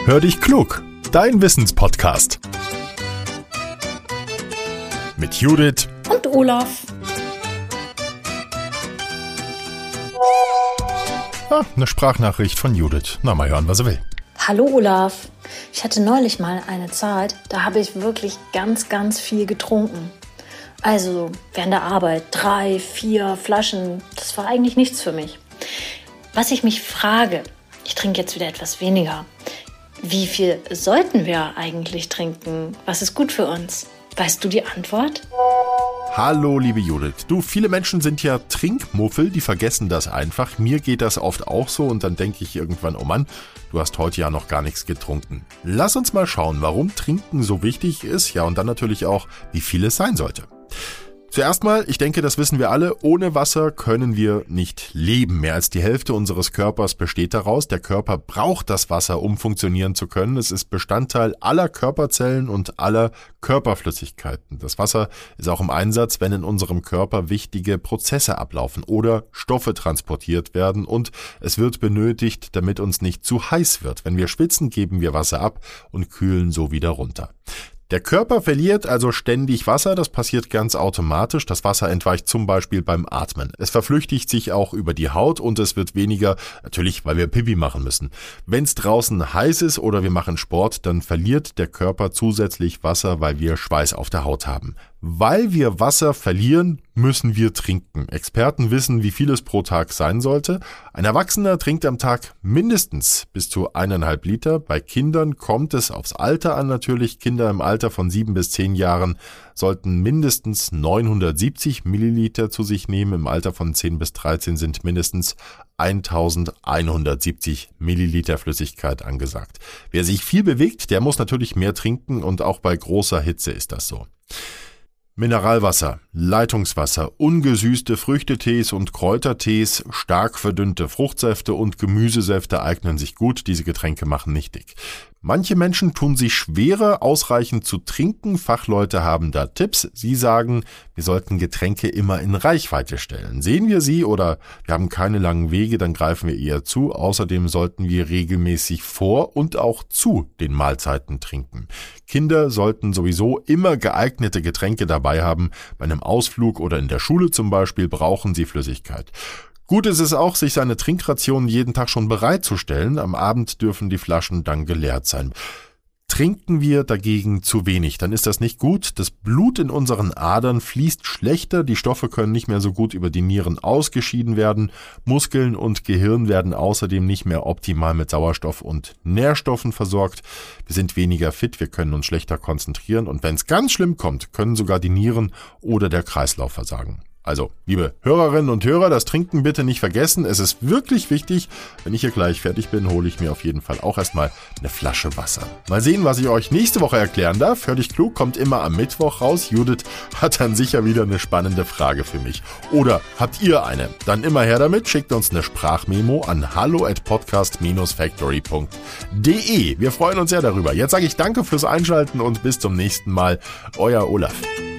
Hör dich klug, dein Wissenspodcast. Mit Judith und Olaf. Eine Sprachnachricht von Judith. Na, mal hören, was er will. Hallo Olaf. Ich hatte neulich mal eine Zeit, da habe ich wirklich ganz viel getrunken. Also während der Arbeit 3, 4 Flaschen, das war eigentlich nichts für mich. Was ich mich frage, ich trinke jetzt wieder etwas weniger. Wie viel sollten wir eigentlich trinken? Was ist gut für uns? Weißt du die Antwort? Hallo, liebe Judith. Du, viele Menschen sind ja Trinkmuffel, die vergessen das einfach. Mir geht das oft auch so und dann denke ich irgendwann, oh Mann, du hast heute ja noch gar nichts getrunken. Lass uns mal schauen, warum Trinken so wichtig ist, ja, und dann natürlich auch, wie viel es sein sollte. Zuerst mal, ich denke, das wissen wir alle, ohne Wasser können wir nicht leben. Mehr als die Hälfte unseres Körpers besteht daraus. Der Körper braucht das Wasser, um funktionieren zu können. Es ist Bestandteil aller Körperzellen und aller Körperflüssigkeiten. Das Wasser ist auch im Einsatz, wenn in unserem Körper wichtige Prozesse ablaufen oder Stoffe transportiert werden, und es wird benötigt, damit uns nicht zu heiß wird. Wenn wir schwitzen, geben wir Wasser ab und kühlen so wieder runter. Der Körper verliert also ständig Wasser, das passiert ganz automatisch. Das Wasser entweicht zum Beispiel beim Atmen. Es verflüchtigt sich auch über die Haut und es wird weniger, natürlich, weil wir Pipi machen müssen. Wenn es draußen heiß ist oder wir machen Sport, dann verliert der Körper zusätzlich Wasser, weil wir Schweiß auf der Haut haben. Weil wir Wasser verlieren, müssen wir trinken. Experten wissen, wie viel es pro Tag sein sollte. Ein Erwachsener trinkt am Tag mindestens bis zu 1,5 Liter. Bei Kindern kommt es aufs Alter an natürlich. Kinder im Alter von 7 bis 10 Jahren sollten mindestens 970 Milliliter zu sich nehmen. Im Alter von 10 bis 13 sind mindestens 1170 Milliliter Flüssigkeit angesagt. Wer sich viel bewegt, der muss natürlich mehr trinken, und auch bei großer Hitze ist das so. Mineralwasser, Leitungswasser, ungesüßte Früchtetees und Kräutertees, stark verdünnte Fruchtsäfte und Gemüsesäfte eignen sich gut. Diese Getränke machen nicht dick. Manche Menschen tun sich schwerer, ausreichend zu trinken. Fachleute haben da Tipps. Sie sagen, wir sollten Getränke immer in Reichweite stellen. Sehen wir sie oder wir haben keine langen Wege, dann greifen wir eher zu. Außerdem sollten wir regelmäßig vor und auch zu den Mahlzeiten trinken. Kinder sollten sowieso immer geeignete Getränke dabei haben. Bei einem Ausflug oder in der Schule zum Beispiel brauchen sie Flüssigkeit. Gut ist es auch, sich seine Trinkrationen jeden Tag schon bereitzustellen. Am Abend dürfen die Flaschen dann geleert sein. Trinken wir dagegen zu wenig, dann ist das nicht gut. Das Blut in unseren Adern fließt schlechter, die Stoffe können nicht mehr so gut über die Nieren ausgeschieden werden. Muskeln und Gehirn werden außerdem nicht mehr optimal mit Sauerstoff und Nährstoffen versorgt. Wir sind weniger fit, wir können uns schlechter konzentrieren, und wenn es ganz schlimm kommt, können sogar die Nieren oder der Kreislauf versagen. Also, liebe Hörerinnen und Hörer, das Trinken bitte nicht vergessen. Es ist wirklich wichtig. Wenn ich hier gleich fertig bin, hole ich mir auf jeden Fall auch erstmal eine Flasche Wasser. Mal sehen, was ich euch nächste Woche erklären darf. Hör dich klug, kommt immer am Mittwoch raus. Judith hat dann sicher wieder eine spannende Frage für mich. Oder habt ihr eine? Dann immer her damit. Schickt uns eine Sprachmemo an hallo@podcast-factory.de. Wir freuen uns sehr darüber. Jetzt sage ich danke fürs Einschalten und bis zum nächsten Mal. Euer Olaf.